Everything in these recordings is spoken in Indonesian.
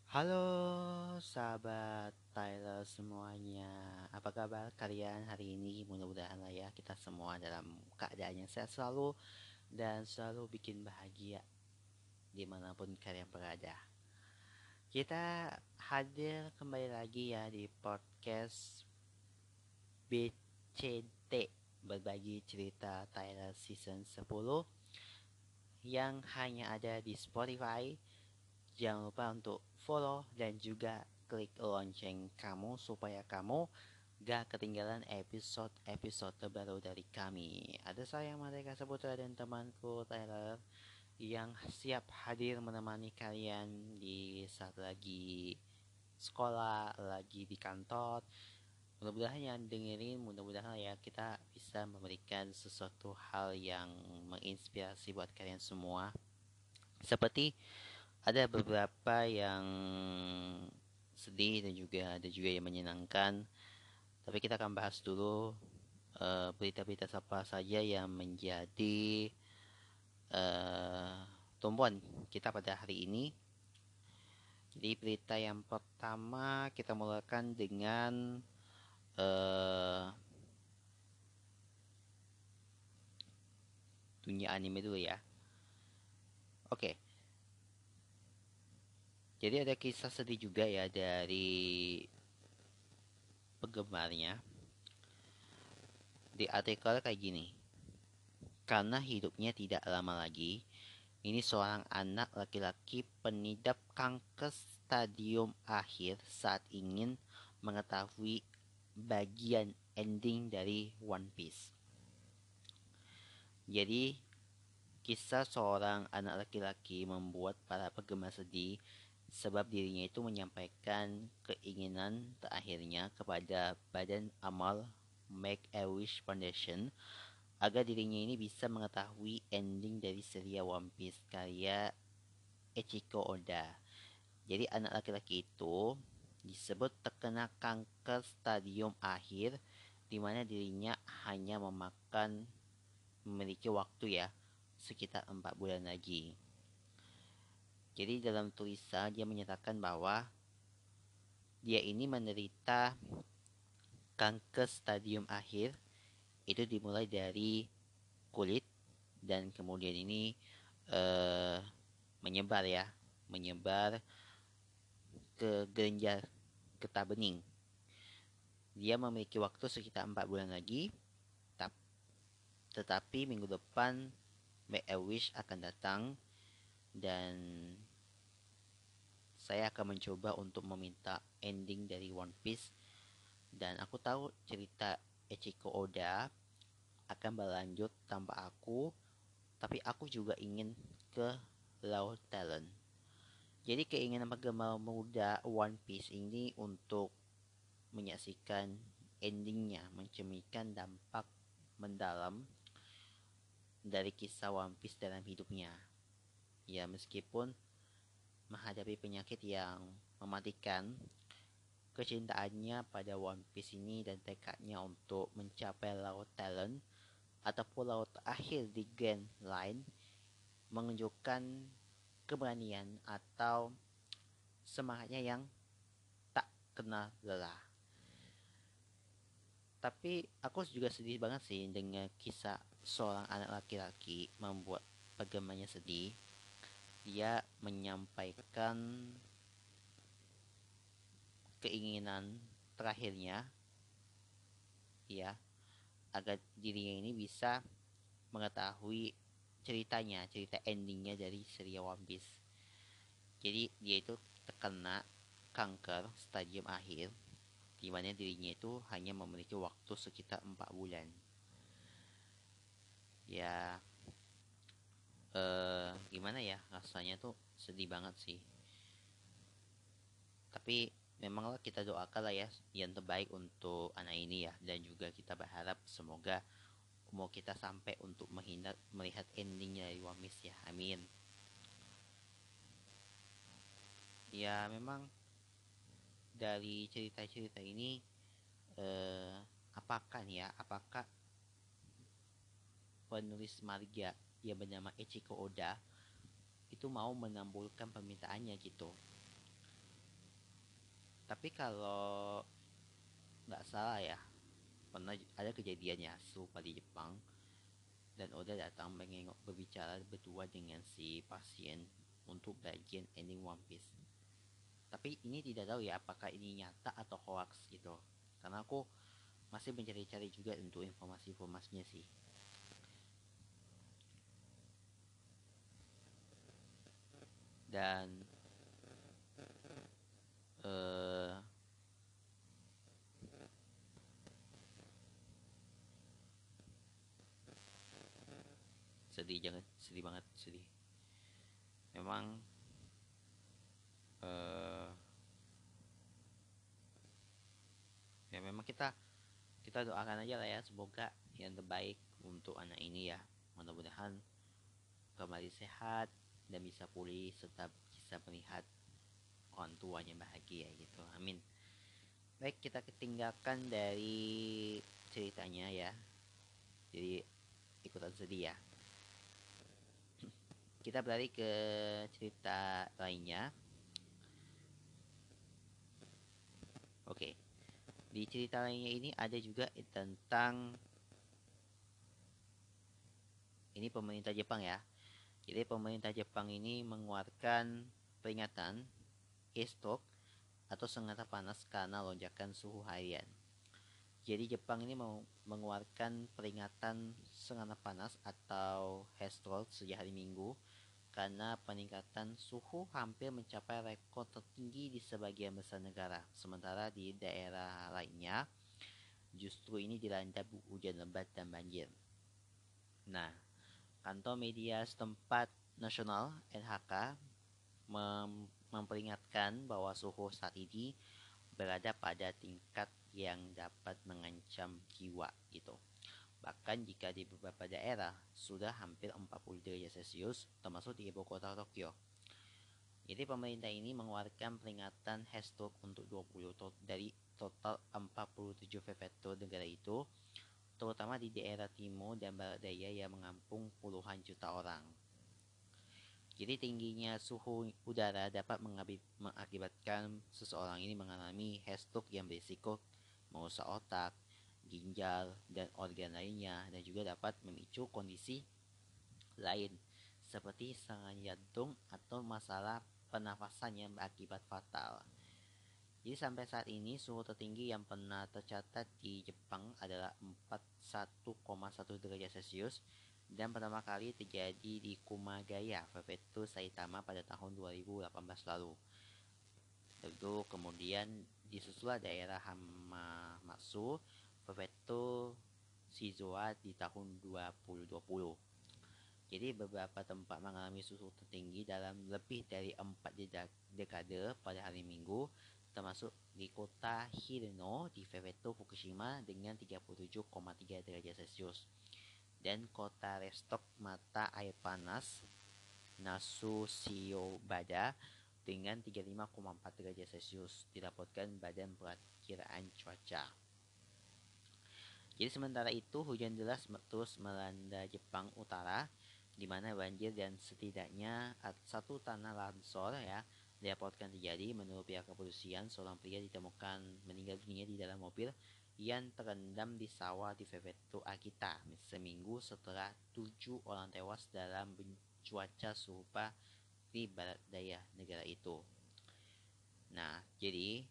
Halo sahabat Tyler semuanya. Apa kabar kalian hari ini? Mudah-mudahan lah ya kita semua dalam keadaan yang sehat selalu dan selalu bikin bahagia dimanapun kalian berada. Kita hadir kembali lagi ya di podcast BCT, Berbagi Cerita Tyler Season 10, yang hanya ada di Spotify. Jangan lupa untuk follow dan juga klik lonceng kamu supaya kamu gak ketinggalan episode-episode terbaru dari kami. Ada saya Merdeka Saputra dan temanku Tyler yang siap hadir menemani kalian di saat lagi sekolah, lagi di kantor. Mudah-mudahan yang dengerin, mudah-mudahan ya kita bisa memberikan sesuatu hal yang menginspirasi buat kalian semua. Seperti ada beberapa yang sedih dan juga ada juga yang menyenangkan. Tapi kita akan bahas dulu berita-berita apa saja yang menjadi uh, tumpuan kita pada hari ini. Jadi berita yang pertama kita mulakan dengan uh, dunia anime dulu ya. Oke, jadi ada kisah sedih juga ya dari penggemarnya. Di artikel kayak gini. Karena hidupnya tidak lama lagi, ini seorang anak laki-laki pengidap kanker stadium akhir saat ingin mengetahui bagian ending dari One Piece. Jadi, kisah seorang anak laki-laki membuat para penggemar sedih sebab dirinya itu menyampaikan keinginan terakhirnya kepada Badan Amal Make-A-Wish Foundation agar dirinya ini bisa mengetahui ending dari serial One Piece karya Echiko Oda. Jadi anak laki-laki itu disebut terkena kanker stadium akhir di mana dirinya hanya memiliki waktu ya sekitar 4 bulan lagi. Jadi dalam tulisan dia menyatakan bahwa dia ini menderita kanker stadium akhir itu dimulai dari kulit dan kemudian ini eh, menyebar ya, menyebar ke kelenjar getah bening. Dia memiliki waktu sekitar 4 bulan lagi, tetapi minggu depan Make a Wish akan datang dan saya akan mencoba untuk meminta ending dari One Piece. Dan aku tahu cerita Echiko Oda akan berlanjut tanpa aku, tapi aku juga ingin ke Laut Talent. Jadi keinginan penggemar muda One Piece ini untuk menyaksikan endingnya mencerminkan dampak mendalam dari kisah One Piece dalam hidupnya. Ya meskipun menghadapi penyakit yang mematikan, kecintaannya pada One Piece ini dan tekadnya untuk mencapai Laut Talent ataupun laut akhir di Grand Line menunjukkan keberanian atau semangatnya yang tak kenal lelah. Tapi aku juga sedih banget sih dengan kisah seorang anak laki-laki membuat penggemarnya sedih. Dia menyampaikan keinginan terakhirnya ya agar dirinya ini bisa mengetahui cerita endingnya dari serial One Piece. Jadi dia itu terkena kanker stadium akhir di mana dirinya itu hanya memiliki waktu sekitar 4 bulan. Ya gimana ya rasanya tuh sedih banget sih. Tapi memanglah kita doakan lah ya yang terbaik untuk anak ini ya dan juga kita berharap semoga umur kita sampai untuk melihat endingnya dari One Piece ya. Amin. Ya memang dari cerita-cerita ini eh, apakah penulis manga yang bernama Echiko Oda itu mau menambulkan permintaannya gitu. Tapi kalau nggak salah ya, pernah ada kejadiannya serupa di Jepang, dan Oda datang mengengok berbicara berdua dengan si pasien untuk bagian ending One Piece. Tapi ini tidak tahu ya apakah ini nyata atau hoax gitu, karena aku masih mencari-cari juga untuk informasi-informasinya sih. Dan eh sedih, jangan sedih banget, sedih memang. eh Ya memang kita kita doakan aja lah ya, semoga yang terbaik untuk anak ini ya, mudah-mudahan kembali sehat dan bisa pulih serta bisa melihat orang tuanya bahagia gitu, amin. Baik, kita ketinggalkan dari ceritanya ya, jadi ikutan sedih ya. Kita beralih ke cerita lainnya. Oke, di cerita lainnya ini ada juga tentang ini pemerintah Jepang ya. Jadi pemerintah Jepang ini mengeluarkan peringatan heat stroke atau sengatan panas karena lonjakan suhu harian. Jadi Jepang ini mau mengeluarkan peringatan sengatan panas atau heat stroke sejak hari Minggu karena peningkatan suhu hampir mencapai rekor tertinggi di sebagian besar negara. Sementara di daerah lainnya justru ini dilanda hujan lebat dan banjir. Nah, kantor media setempat nasional NHK memperingatkan bahwa suhu saat ini berada pada tingkat yang dapat mengancam jiwa gitu. Bahkan jika di beberapa daerah sudah hampir 40 derajat Celcius, termasuk di ibu kota Tokyo. Jadi pemerintah ini mengeluarkan peringatan heatstroke untuk 20 dari total 47 prefektur negara itu, terutama di daerah timur dan barat daya yang mengampung puluhan juta orang. Jadi tingginya suhu udara dapat mengakibatkan seseorang ini mengalami heatstroke yang berisiko merusak otak, ginjal, dan organ lainnya, dan juga dapat memicu kondisi lain seperti serangan jantung atau masalah pernafasan yang berakibat fatal. Jadi sampai saat ini suhu tertinggi yang pernah tercatat di Jepang adalah 41,1 derajat Celcius dan pertama kali terjadi di Kumagaya, prefektur Saitama pada tahun 2018 lalu. Lalu kemudian disusul daerah Hamamatsu, prefektur Shizuoka di tahun 2020. Jadi beberapa tempat mengalami suhu tertinggi dalam lebih dari 4 dekade pada hari Minggu, termasuk di kota Hirano di prefektur Fukushima dengan 37,3 derajat Celcius dan kota Restok mata air panas Nasu Shiobada dengan 35,4 derajat Celcius, dilaporkan Badan Perakiraan Cuaca. Jadi sementara itu hujan deras terus melanda Jepang Utara, di mana banjir dan setidaknya satu tanah longsor ya dilaporkan terjadi. Menurut pihak kepolisian, seorang pria ditemukan meninggal dunia di dalam mobil yang terendam di sawah di prefektur Akita seminggu setelah 7 orang tewas dalam cuaca serupa di barat daya negara itu. Nah, jadi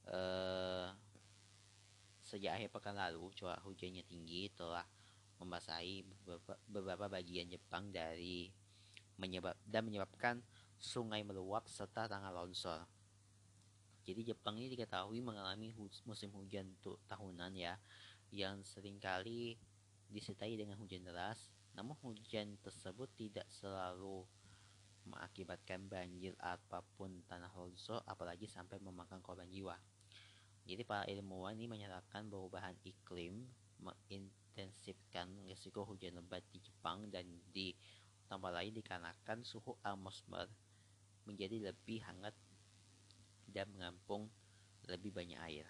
sejak akhir pekan lalu, curah hujannya tinggi telah membasahi beberapa bagian Jepang menyebabkan sungai meluap serta tanah longsor. Jadi Jepang ini diketahui mengalami musim hujan tahunan ya, yang seringkali disertai dengan hujan deras. Namun hujan tersebut tidak selalu mengakibatkan banjir apapun tanah longsor, apalagi sampai memakan korban jiwa. Jadi para ilmuwan ini menyatakan perubahan iklim mengintensifkan risiko hujan lebat di Jepang dan di tempat lain dikarenakan suhu atmosfer menjadi lebih hangat dan mengampung lebih banyak air.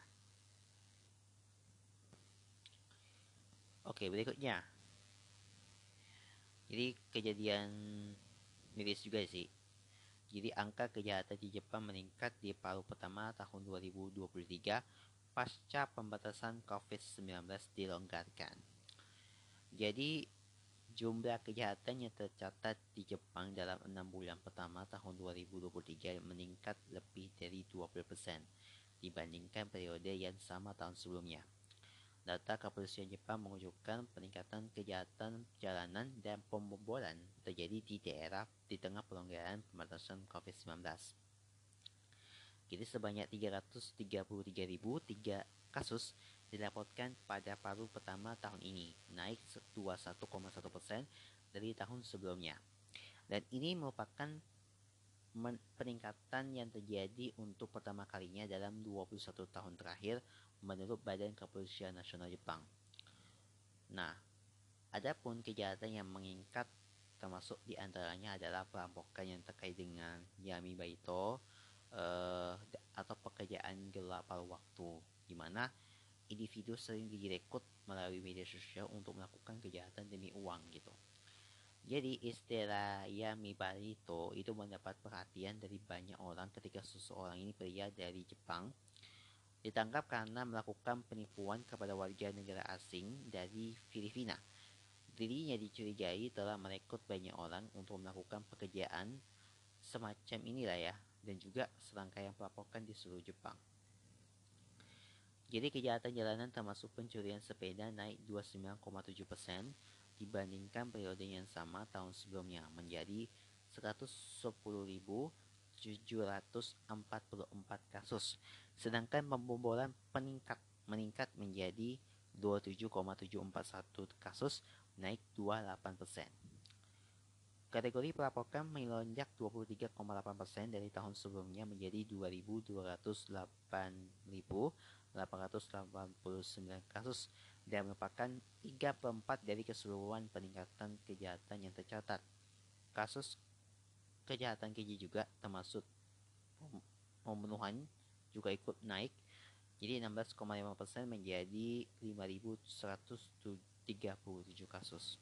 Oke, berikutnya. Jadi kejadian miris juga sih. Jadi angka kejahatan di Jepang meningkat di paruh pertama tahun 2023 pasca pembatasan COVID-19 dilonggarkan. Jadi jumlah kejahatan yang tercatat di Jepang dalam 6 bulan pertama tahun 2023 meningkat lebih dari 20% dibandingkan periode yang sama tahun sebelumnya. Data kepolisian Jepang menunjukkan peningkatan kejahatan jalanan dan pembobolan terjadi di daerah di tengah pelonggaran pembatasan COVID-19. Jadi sebanyak 333.003 kasus dilaporkan pada paruh pertama tahun ini, naik 21,1% dari tahun sebelumnya. Dan ini merupakan peningkatan yang terjadi untuk pertama kalinya dalam 21 tahun terakhir menurut Badan Kepolisian Nasional Jepang. Nah, adapun kejahatan yang meningkat termasuk diantaranya adalah perampokan yang terkait dengan Yamibaito atau pekerjaan gelap paruh waktu, di mana individu sering direkrut melalui media sosial untuk melakukan kejahatan demi uang gitu. Jadi istilah Yamibaito itu mendapat perhatian dari banyak orang ketika seseorang ini pria dari Jepang ditangkap karena melakukan penipuan kepada warga negara asing dari Filipina. Dirinya dicurigai telah merekrut banyak orang untuk melakukan pekerjaan semacam inilah ya, dan juga serangkaian pelaporan di seluruh Jepang. Jadi kejahatan jalanan termasuk pencurian sepeda naik 29,7% dibandingkan periode yang sama tahun sebelumnya menjadi 110.744 kasus. Sedangkan pembobolan meningkat menjadi 27,741 kasus, naik 28%. Kategori pelaporan melonjak 23,8% dari tahun sebelumnya menjadi 2.208.889 kasus dan merupakan 3/4 dari keseluruhan peningkatan kejahatan yang tercatat. Kasus kejahatan keji juga termasuk pembunuhan juga ikut naik, jadi 16,5% menjadi 5.137 kasus.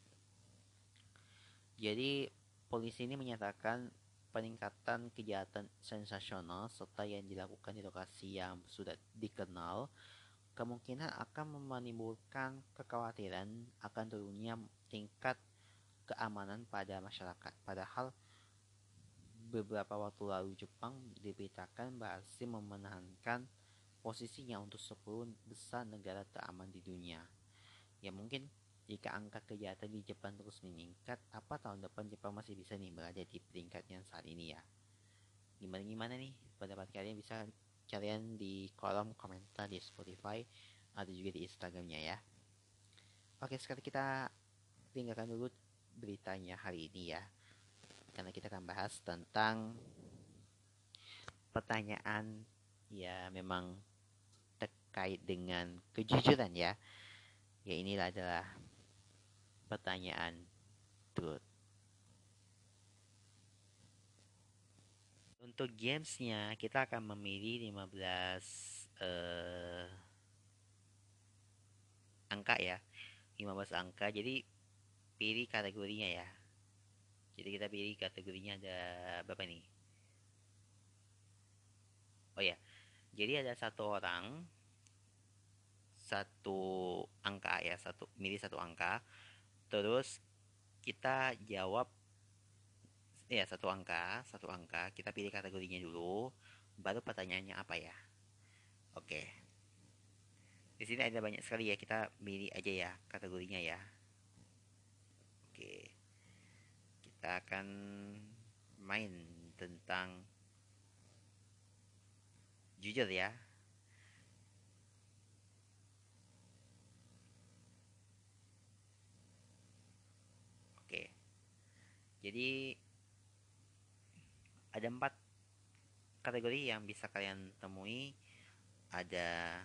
Jadi polisi ini menyatakan peningkatan kejahatan sensasional serta yang dilakukan di lokasi yang sudah dikenal kemungkinan akan menimbulkan kekhawatiran akan turunnya tingkat keamanan pada masyarakat. Padahal beberapa waktu lalu Jepang diberitakan berhasil memenangkan posisinya untuk 10 besar negara teraman di dunia. Ya mungkin jika angka kejahatan di Jepang terus meningkat, apa tahun depan Jepang masih bisa nih berada di peringkat yang saat ini ya? Gimana nih pendapat kalian? Bisa kalian di kolom komentar di Spotify atau juga di Instagramnya ya. Oke, sekarang kita tinggalkan dulu beritanya hari ini ya, karena kita akan bahas tentang pertanyaan ya memang terkait dengan kejujuran ya. Ya inilah adalah pertanyaan truth. Untuk gamesnya kita akan memilih 15 angka ya, 15 angka. Jadi pilih kategorinya ya. Jadi kita pilih kategorinya ada berapa nih? Oh ya, jadi ada satu orang satu angka ya, milih satu angka, terus kita jawab ya satu angka, kita pilih kategorinya dulu, baru pertanyaannya apa ya. Oke, di sini ada banyak sekali ya, kita pilih aja ya kategorinya ya. Oke, kita akan main tentang jujur ya. Oke, jadi ada 4 kategori yang bisa kalian temui. Ada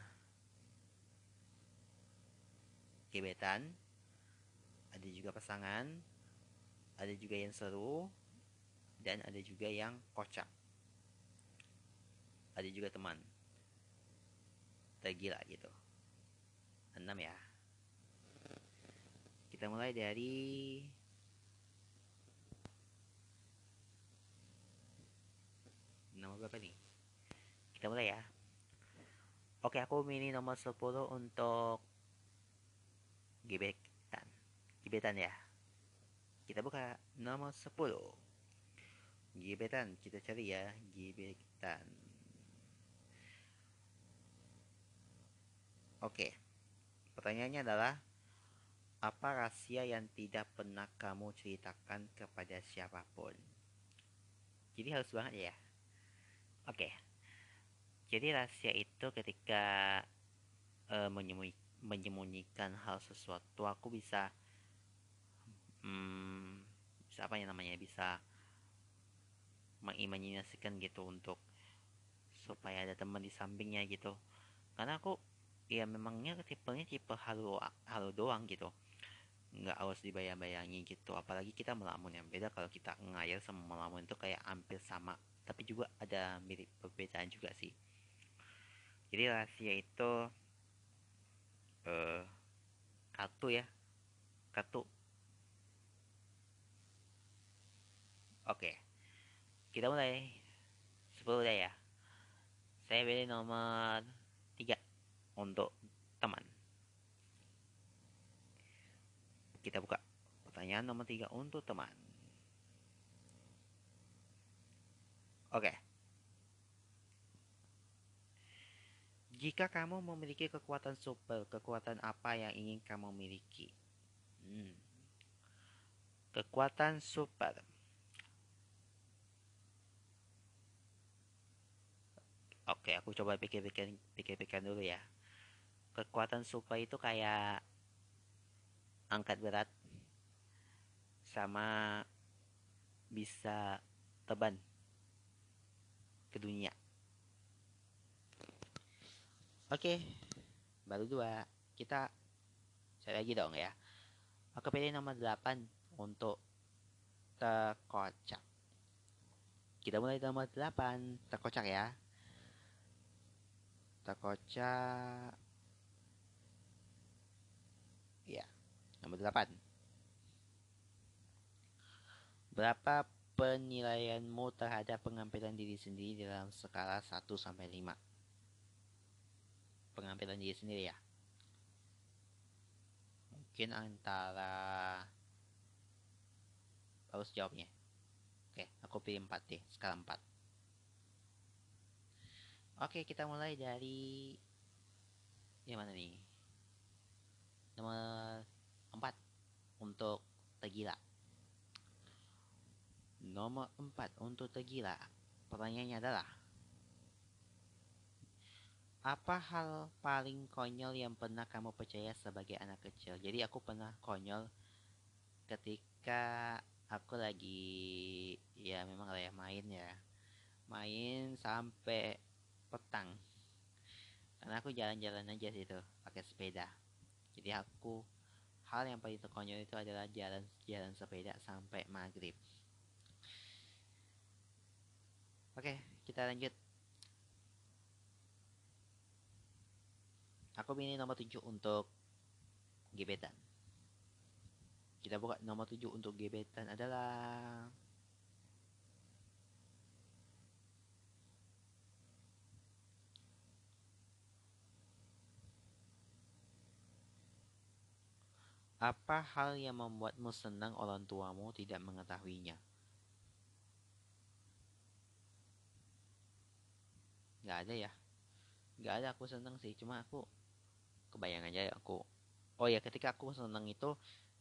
gebetan, ada juga pasangan, ada juga yang seru, dan ada juga yang kocak, ada juga teman tergila gitu. 6 ya. Kita mulai dari Nomor berapa nih? Kita mulai ya. Oke, aku milih nomor 10 untuk gebetan. Gebetan ya. Kita buka nomor 10. Gebetan, kita cari ya, gebetan. Oke, pertanyaannya adalah apa rahasia yang tidak pernah kamu ceritakan kepada siapapun? Jadi harus banget ya. Oke, jadi rahasia itu ketika menyembunyikan hal sesuatu, aku bisa bisa apa ya namanya, bisa mengimajinasikan gitu untuk supaya ada teman di sampingnya gitu. Karena aku ya memangnya tipenya tipe halu halu doang gitu, nggak harus dibayang-bayangi gitu. Apalagi kita melamun, yang beda kalau kita ngayal sama melamun itu kayak hampir sama, tapi juga ada mirip perbedaan juga sih. Jadi rahasia itu eh kartu ya, kartu. Oke, kita mulai. 10 udah ya. Saya pilih nomor 3 untuk teman. Kita buka pertanyaan nomor 3 untuk teman. Oke. Jika kamu memiliki kekuatan super, kekuatan apa yang ingin kamu miliki? Hmm, Kekuatan super. Oke, aku coba pikir-pikir dulu ya. Kekuatan super itu kayak angkat berat sama bisa terbang ke dunia. Oke, baru 2. Kita cari lagi dong ya. Aku pilih nomor 8 untuk terkocak. Kita mulai nomor 8, terkocak ya. Terkocak. Ya, nomor 8. Berapa penilaianmu terhadap pengampilan diri sendiri dalam skala 1 sampai 5? Pengampilan diri sendiri ya. Mungkin antara, harus jawabnya. Oke, aku pilih 4 deh, skala 4. Oke, kita mulai dari yang mana nih? Nomor 4 untuk tergila. Nomor 4 untuk tergila. Pertanyaannya adalah, apa hal paling konyol yang pernah kamu percaya sebagai anak kecil? Jadi aku pernah konyol ketika aku lagi, ya memang lah ya, main ya. Main sampai petang. Karena aku jalan-jalan aja situ pakai sepeda. Jadi aku, hal yang paling terkonyol itu adalah jalan-jalan sepeda sampai maghrib. Oke, kita lanjut. Aku pilih nomor 7 untuk gebetan. Kita buka nomor 7 untuk gebetan adalah, apa hal yang membuatmu senang orang tuamu tidak mengetahuinya? Gak ada ya. Gak ada aku senang sih. Cuma aku kebayang aja ya aku. Oh ya, ketika aku senang itu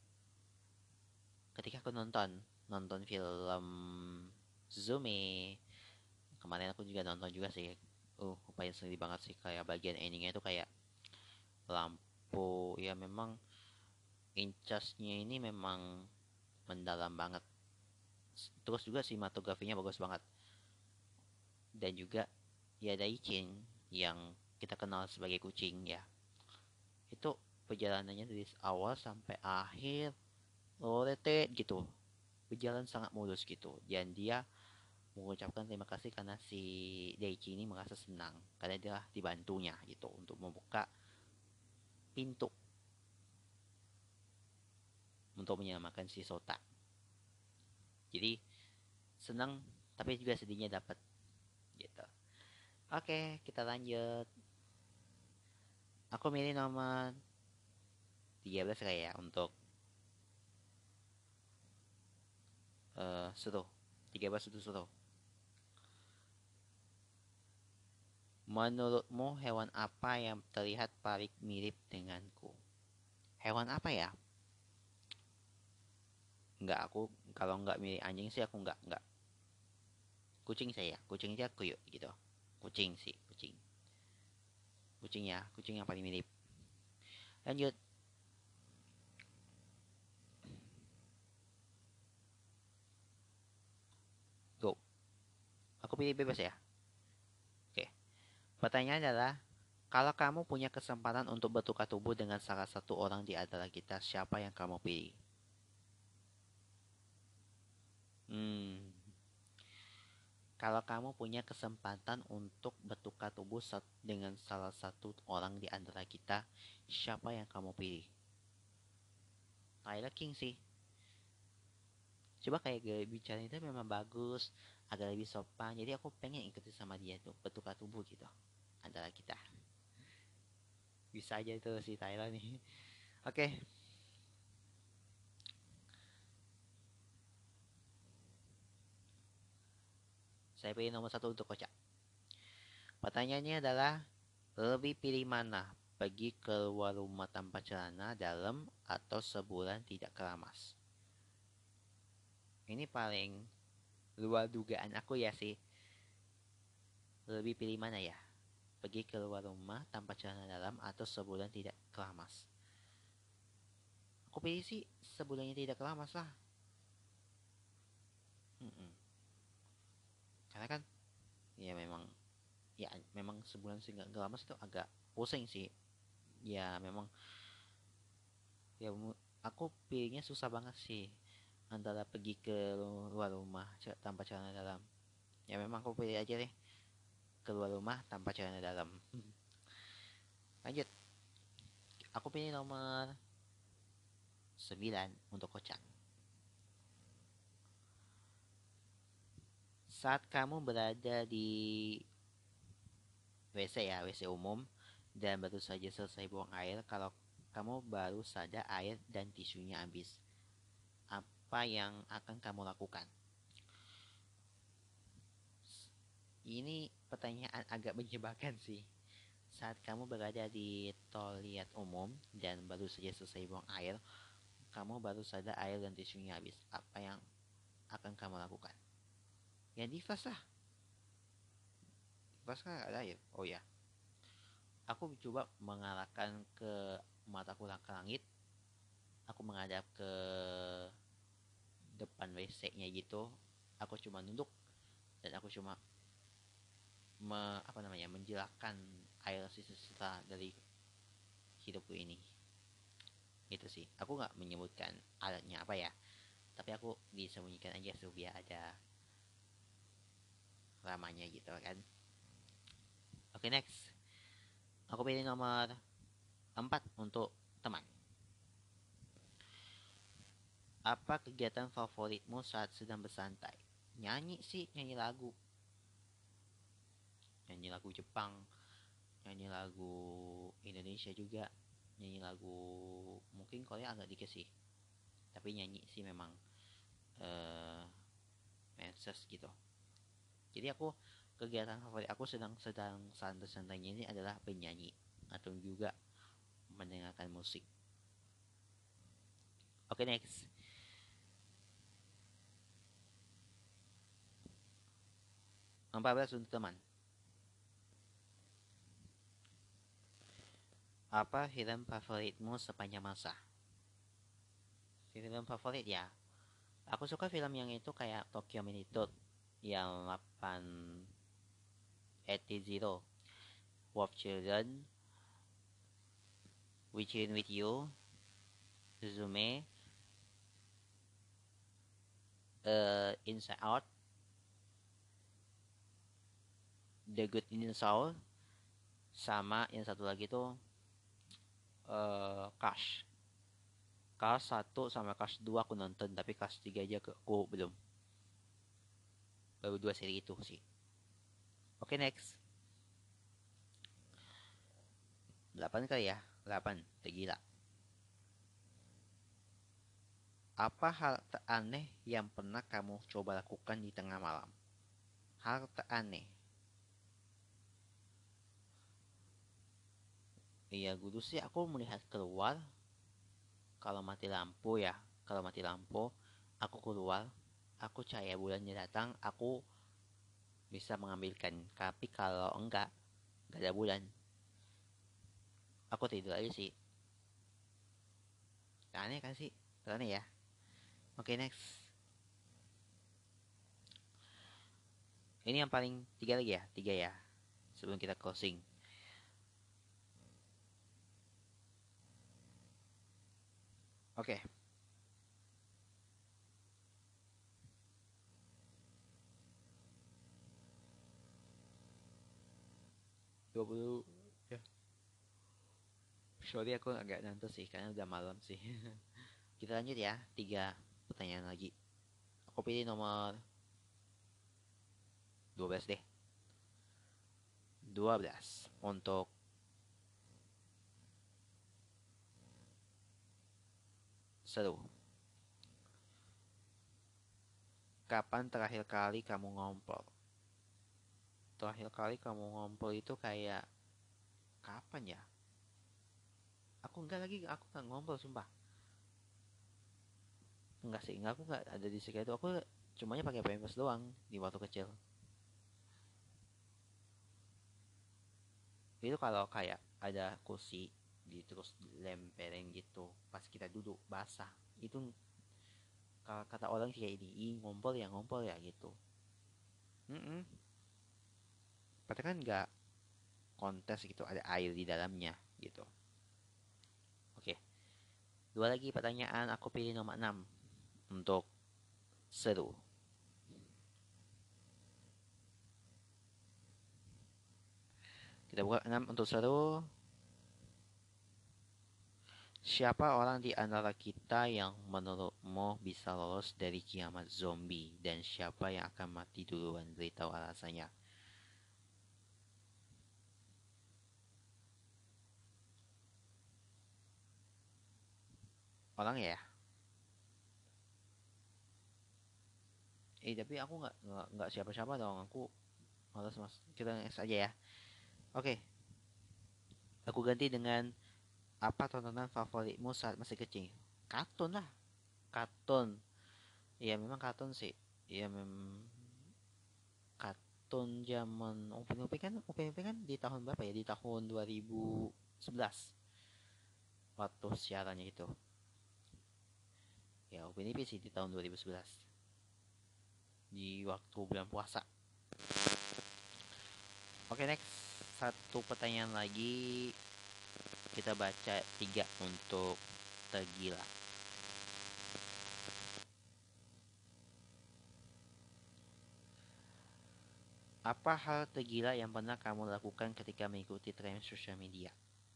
ketika aku nonton film Zumi. Kemarin aku juga nonton juga sih. Upaya sendiri banget sih, kayak bagian endingnya itu kayak lampu ya, memang incasnya ini memang mendalam banget. Terus juga sinematografinya bagus banget. Dan juga ya Daichin yang kita kenal sebagai kucing ya. Itu perjalanannya dari awal sampai akhir lorete gitu. Berjalan sangat mulus gitu. Dan dia mengucapkan terima kasih karena si Daichi ini merasa senang karena dia dibantunya gitu untuk membuka pintu untuk menyelamatkan si Sota. Jadi senang tapi juga sedihnya dapat. gitu. Oke, kita lanjut. Aku milih nomor 13 kayak ya untuk seru. 13 itu seru. Menurutmu hewan apa yang terlihat paling mirip denganku? Hewan apa ya? Enggak, aku kalau enggak milih anjing sih aku enggak. Kucing saya, kucing aja aku yuk gitu. Kucing sih, kucing. Kucing ya, kucing yang paling mirip. Lanjut. Go. Aku pilih bebas ya. Oke. Pertanyaannya adalah, kalau kamu punya kesempatan untuk bertukar tubuh dengan salah satu orang di antara kita, siapa yang kamu pilih? Hmm. Kalau kamu punya kesempatan untuk bertukar tubuh dengan salah satu orang di antara kita, siapa yang kamu pilih? Tyler King sih. Coba kayak gaya bicara itu memang bagus, agak lebih sopan. Jadi aku pengen ikutin sama dia tuh, bertukar tubuh gitu antara kita. Bisa aja itu si Tyler nih. Oke, saya pilih nomor satu untuk kocak. Pertanyaannya adalah, lebih pilih mana? Pergi keluar rumah tanpa celana dalam atau sebulan tidak keramas? Ini paling luar dugaan aku ya sih. Lebih pilih mana ya? Pergi keluar rumah tanpa celana dalam atau sebulan tidak keramas? Aku pilih sih sebulannya tidak keramas lah. Mm-mm. Karena kan ya memang sebulan sih nggak keramas itu agak pusing sih. Ya memang ya aku pilihnya susah banget sih antara pergi ke luar rumah tanpa celana dalam. Ya memang aku pilih aja deh keluar rumah tanpa celana dalam. Lanjut, aku pilih nomor 9 untuk kocak. Saat kamu berada di WC ya, WC umum, dan baru saja selesai buang air, kalau kamu baru saja air dan tisunya habis, apa yang akan kamu lakukan? Ini pertanyaan agak menjebakan sih. Saat kamu berada di toilet umum dan baru saja selesai buang air, kamu baru saja air dan tisunya habis, apa yang akan kamu lakukan? Ya di flash lah. Flash kan ada air. Oh ya, aku coba mengarahkan ke mataku ke langit. Aku menghadap ke depan WC-nya gitu. Aku cuma nunduk dan aku cuma menjelakkan air sisa-sisa dari hidupku ini. Itu sih. Aku nggak menyebutkan alatnya apa ya, tapi aku disembunyikan aja supaya ada ramanya gitu kan. Oke, next. Aku pilih nomor 4 untuk teman. Apa kegiatan favoritmu saat sedang bersantai? Nyanyi sih, nyanyi lagu. Nyanyi lagu Jepang, nyanyi lagu Indonesia juga, nyanyi lagu mungkin Korea agak dikit sih. Tapi nyanyi sih memang eh menses gitu. Jadi aku kegiatan favorit aku sedang sedang santai-santainya ini adalah penyanyi atau juga mendengarkan musik. Oke, next. 14 untuk teman. Apa film favoritmu sepanjang masa? Film favorit ya. Aku suka film yang itu kayak Tokyo Minutet yang 880, Wolf Children, Within with You, Suzume, Inside Out, The Good Dinosaur, sama yang satu lagi tuh Crash. Crash 1 sama Crash 2 aku nonton, tapi Crash 3 aja aku belum. Baru 2 seri itu sih. Oke, next. 8 kali ya. 8. Tergila. Apa hal teraneh yang pernah kamu coba lakukan di tengah malam? Hal teraneh. Iya, dulu sih aku melihat keluar. Kalau mati lampu ya. Kalau mati lampu, aku keluar. Aku cahaya bulannya datang, aku bisa mengambilkan. Tapi kalau enggak ada bulan, aku tidur aja sih. Aneh kan sih? Aneh ya. Oke, next. Ini yang paling tiga lagi ya, tiga ya. Sebelum kita closing. Oke. 20 ya. Sorry aku agak ngantuk sih karena udah malam sih. Kita lanjut ya, tiga pertanyaan lagi. Aku pilih nomor 12 deh. 12 untuk seru. Kapan terakhir kali kamu ngompol? Terakhir kali kamu ngompol itu kayak kapan ya? Aku enggak lagi, aku nggak ngompol sumpah. Enggak sih, enggak, aku enggak ada di sekitar itu. Aku cumanya pakai pampers doang di waktu kecil. Itu kalau kayak ada kursi di terus lemperin gitu pas kita duduk basah itu, kalau kata orang kayak ini, ih ngompol ya gitu. Mm-mm. Padahal kan nggak kontes gitu, ada air di dalamnya gitu. Oke, dua lagi pertanyaan, aku pilih nomor 6 untuk seru. Kita buka 6 untuk seru. Siapa orang di antara kita yang menurutmu bisa lolos dari kiamat zombie, dan siapa yang akan mati duluan? Beritahu alasannya. Orang ya? Tapi aku nggak siapa-siapa dong. Aku malas mas. Kita next aja ya. Oke, aku ganti dengan apa tontonan favoritmu saat masih kecil? Kartun lah. Kartun. Ya memang kartun sih. Ya memang kartun zaman Upin Ipin kan di tahun berapa ya? Di tahun 2011 waktu siarannya itu. Ya Upin Ipin sih di tahun 2011 di waktu bulan puasa. Oke, next. Satu pertanyaan lagi. Kita baca tiga untuk tergila. Apa hal tergila yang pernah kamu lakukan ketika mengikuti tren sosial media?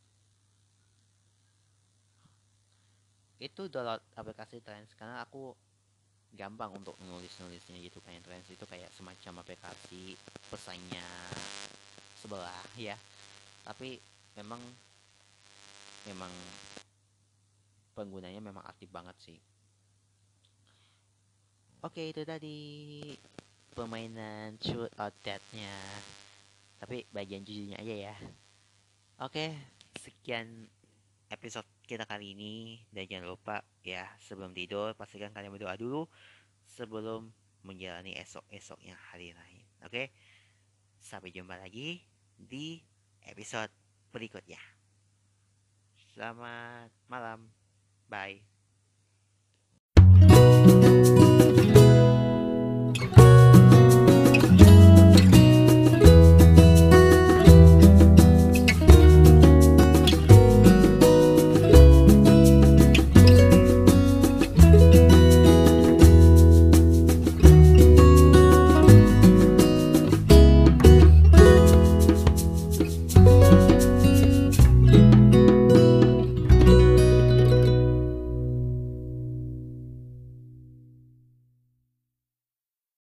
Itu download aplikasi Trends karena aku gampang untuk nulis-nulisnya gitu. Kayak Trends itu kayak semacam aplikasi pesannya sebelah ya. Tapi memang memang penggunanya memang aktif banget sih. Oke, itu tadi permainan shoot or dead-nya. Tapi bagian jujurnya aja ya. Oke, sekian episode kita kali ini. Dan jangan lupa ya, sebelum tidur pastikan kalian berdoa dulu sebelum menjalani esok-esoknya hari lain. Oke, sampai jumpa lagi di episode berikutnya. Selamat malam, bye.